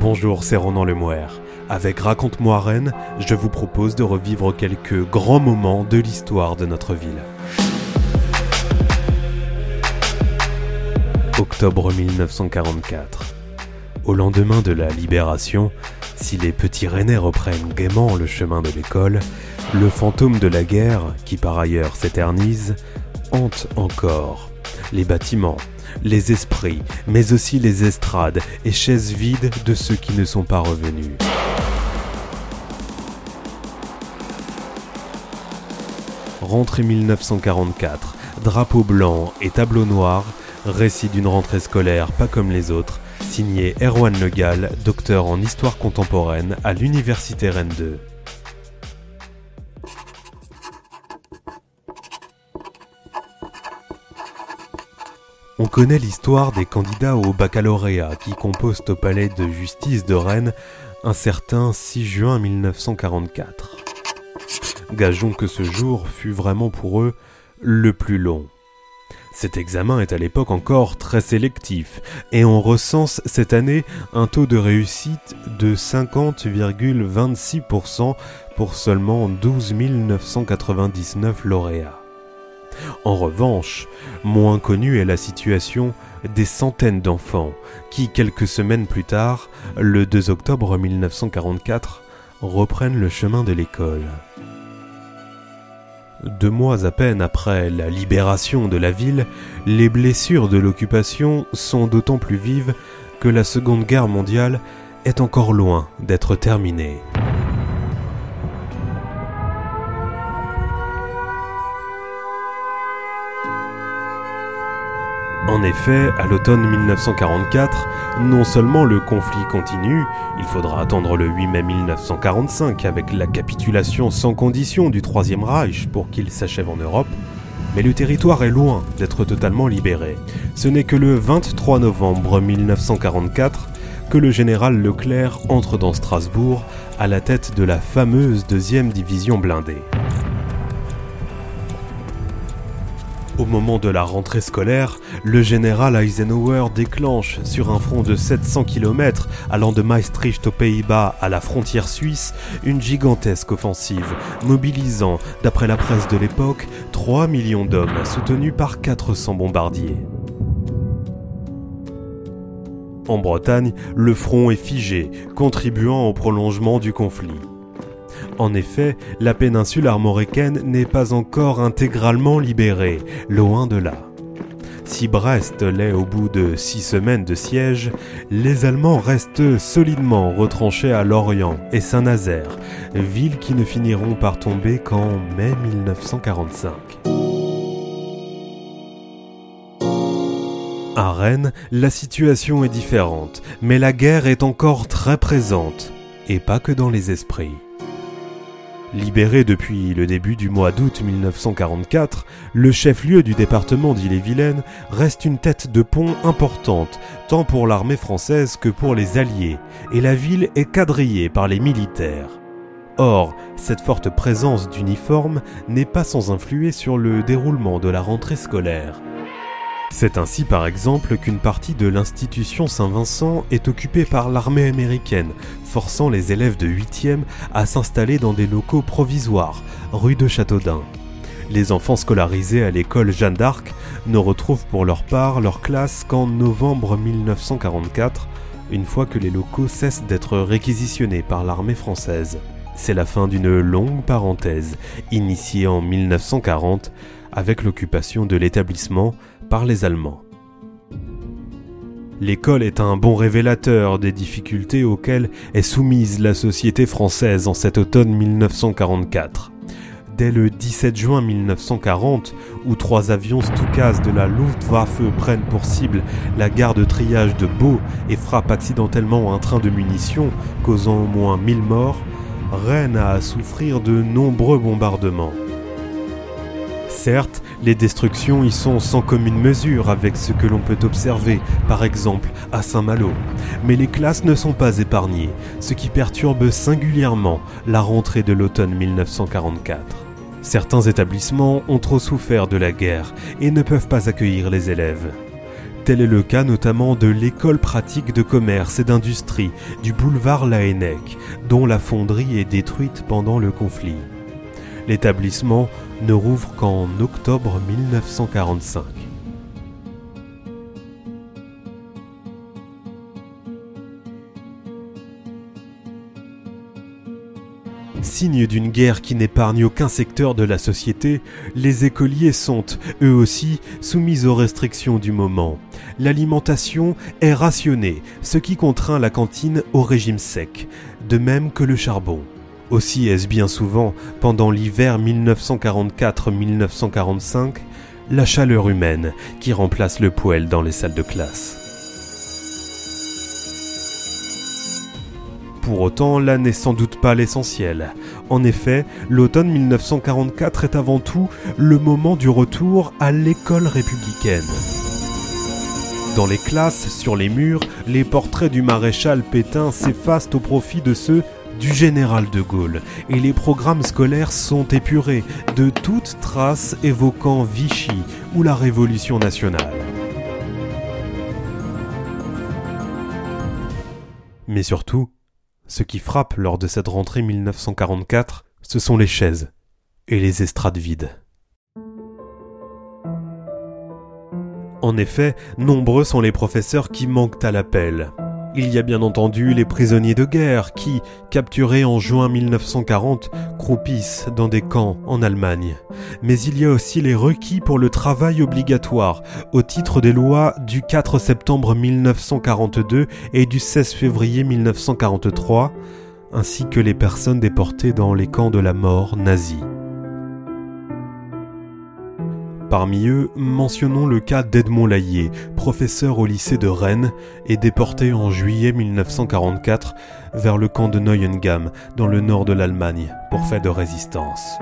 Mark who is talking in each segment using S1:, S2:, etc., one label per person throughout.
S1: Bonjour, c'est Ronan Lemouer. Avec Raconte-moi Rennes, je vous propose de revivre quelques grands moments de l'histoire de notre ville. Octobre 1944. Au lendemain de la Libération, si les petits Rennais reprennent gaiement le chemin de l'école, le fantôme de la guerre, qui par ailleurs s'éternise, hante encore les bâtiments, les esprits, mais aussi les estrades et chaises vides de ceux qui ne sont pas revenus. Rentrée 1944, drapeau blanc et tableau noir, récit d'une rentrée scolaire pas comme les autres, signé Erwan Le Gall, docteur en histoire contemporaine à l'Université Rennes 2. On connaît l'histoire des candidats au baccalauréat qui composent au palais de justice de Rennes un certain 6 juin 1944. Gageons que ce jour fut vraiment pour eux le plus long. Cet examen est à l'époque encore très sélectif et on recense cette année un taux de réussite de 50,26% pour seulement 12 999 lauréats. En revanche, moins connue est la situation des centaines d'enfants qui, quelques semaines plus tard, le 2 octobre 1944, reprennent le chemin de l'école. 2 mois à peine après la libération de la ville, les blessures de l'occupation sont d'autant plus vives que la Seconde Guerre mondiale est encore loin d'être terminée. En effet, à l'automne 1944, non seulement le conflit continue, il faudra attendre le 8 mai 1945 avec la capitulation sans condition du Troisième Reich pour qu'il s'achève en Europe, mais le territoire est loin d'être totalement libéré. Ce n'est que le 23 novembre 1944 que le général Leclerc entre dans Strasbourg à la tête de la fameuse 2e division blindée. Au moment de la rentrée scolaire, le général Eisenhower déclenche sur un front de 700 km allant de Maastricht aux Pays-Bas à la frontière suisse une gigantesque offensive, mobilisant, d'après la presse de l'époque, 3 millions d'hommes soutenus par 400 bombardiers. En Bretagne, le front est figé, contribuant au prolongement du conflit. En effet, la péninsule armoricaine n'est pas encore intégralement libérée, loin de là. Si Brest l'est au bout de 6 semaines de siège, les Allemands restent solidement retranchés à Lorient et Saint-Nazaire, villes qui ne finiront par tomber qu'en mai 1945. À Rennes, la situation est différente, mais la guerre est encore très présente, et pas que dans les esprits. Libéré depuis le début du mois d'août 1944, le chef-lieu du département d'Ille-et-Vilaine reste une tête de pont importante, tant pour l'armée française que pour les Alliés, et la ville est quadrillée par les militaires. Or, cette forte présence d'uniformes n'est pas sans influer sur le déroulement de la rentrée scolaire. C'est ainsi par exemple qu'une partie de l'institution Saint-Vincent est occupée par l'armée américaine, forçant les élèves de 8e à s'installer dans des locaux provisoires, rue de Châteaudun. Les enfants scolarisés à l'école Jeanne d'Arc ne retrouvent pour leur part leur classe qu'en novembre 1944, une fois que les locaux cessent d'être réquisitionnés par l'armée française. C'est la fin d'une longue parenthèse, initiée en 1940 avec l'occupation de l'établissement par les Allemands. L'école est un bon révélateur des difficultés auxquelles est soumise la société française en cet automne 1944. Dès le 17 juin 1940, où 3 avions Stukas de la Luftwaffe prennent pour cible la gare de triage de Beau et frappent accidentellement un train de munitions, causant au moins 1000 morts, Rennes a à souffrir de nombreux bombardements. Certes, les destructions y sont sans commune mesure avec ce que l'on peut observer, par exemple, à Saint-Malo. Mais les classes ne sont pas épargnées, ce qui perturbe singulièrement la rentrée de l'automne 1944. Certains établissements ont trop souffert de la guerre et ne peuvent pas accueillir les élèves. Tel est le cas notamment de l'école pratique de commerce et d'industrie du boulevard Laennec, dont la fonderie est détruite pendant le conflit. L'établissement ne rouvre qu'en octobre 1945. Signe d'une guerre qui n'épargne aucun secteur de la société, les écoliers sont, eux aussi, soumis aux restrictions du moment. L'alimentation est rationnée, ce qui contraint la cantine au régime sec, de même que le charbon. Aussi est-ce bien souvent, pendant l'hiver 1944-1945, la chaleur humaine qui remplace le poêle dans les salles de classe. Pour autant, là n'est sans doute pas l'essentiel. En effet, l'automne 1944 est avant tout le moment du retour à l'école républicaine. Dans les classes, sur les murs, les portraits du maréchal Pétain s'effacent au profit de ceux du général de Gaulle, et les programmes scolaires sont épurés de toute trace évoquant Vichy ou la Révolution nationale. Mais surtout, ce qui frappe lors de cette rentrée 1944, ce sont les chaises et les estrades vides. En effet, nombreux sont les professeurs qui manquent à l'appel. Il y a bien entendu les prisonniers de guerre qui, capturés en juin 1940, croupissent dans des camps en Allemagne. Mais il y a aussi les requis pour le travail obligatoire au titre des lois du 4 septembre 1942 et du 16 février 1943, ainsi que les personnes déportées dans les camps de la mort nazis. Parmi eux, mentionnons le cas d'Edmond Layet, professeur au lycée de Rennes et déporté en juillet 1944 vers le camp de Neuengamme, dans le nord de l'Allemagne, pour fait de résistance.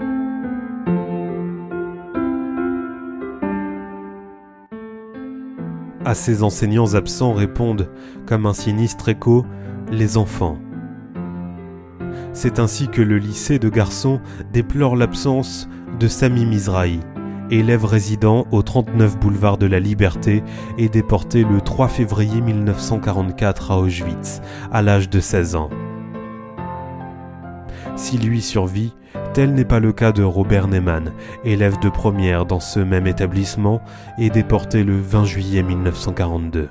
S1: À ces enseignants absents répondent, comme un sinistre écho, les enfants. C'est ainsi que le lycée de garçons déplore l'absence de Sami Mizrahi, élève résident au 39 boulevard de la Liberté et déporté le 3 février 1944 à Auschwitz, à l'âge de 16 ans. Si lui survit, tel n'est pas le cas de Robert Neyman, élève de première dans ce même établissement et déporté le 20 juillet 1942.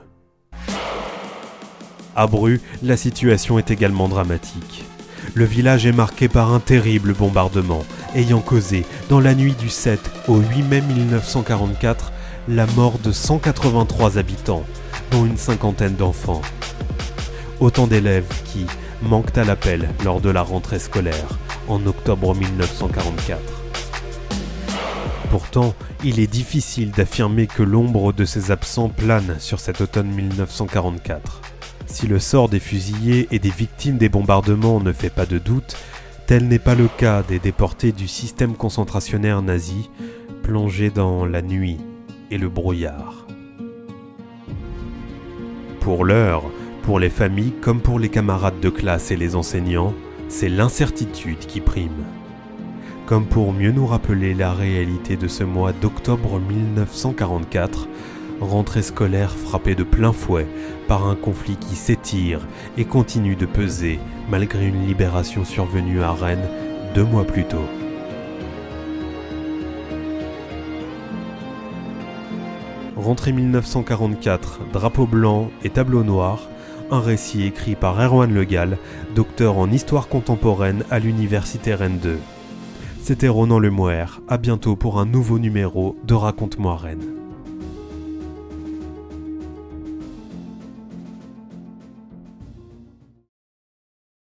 S1: À Bru, la situation est également dramatique. Le village est marqué par un terrible bombardement, ayant causé, dans la nuit du 7 au 8 mai 1944, la mort de 183 habitants, dont une cinquantaine d'enfants. Autant d'élèves qui manquent à l'appel lors de la rentrée scolaire, en octobre 1944. Pourtant, il est difficile d'affirmer que l'ombre de ces absents plane sur cet automne 1944. Si le sort des fusillés et des victimes des bombardements ne fait pas de doute, tel n'est pas le cas des déportés du système concentrationnaire nazi, plongés dans la nuit et le brouillard. Pour l'heure, pour les familles comme pour les camarades de classe et les enseignants, c'est l'incertitude qui prime. Comme pour mieux nous rappeler la réalité de ce mois d'octobre 1944, rentrée scolaire frappée de plein fouet par un conflit qui s'étire et continue de peser malgré une libération survenue à Rennes 2 mois plus tôt. Rentrée 1944, drapeau blanc et tableau noir, un récit écrit par Erwan Le Gall, docteur en histoire contemporaine à l'université Rennes 2. C'était Ronan Lemouer, à bientôt pour un nouveau numéro de Raconte-moi Rennes.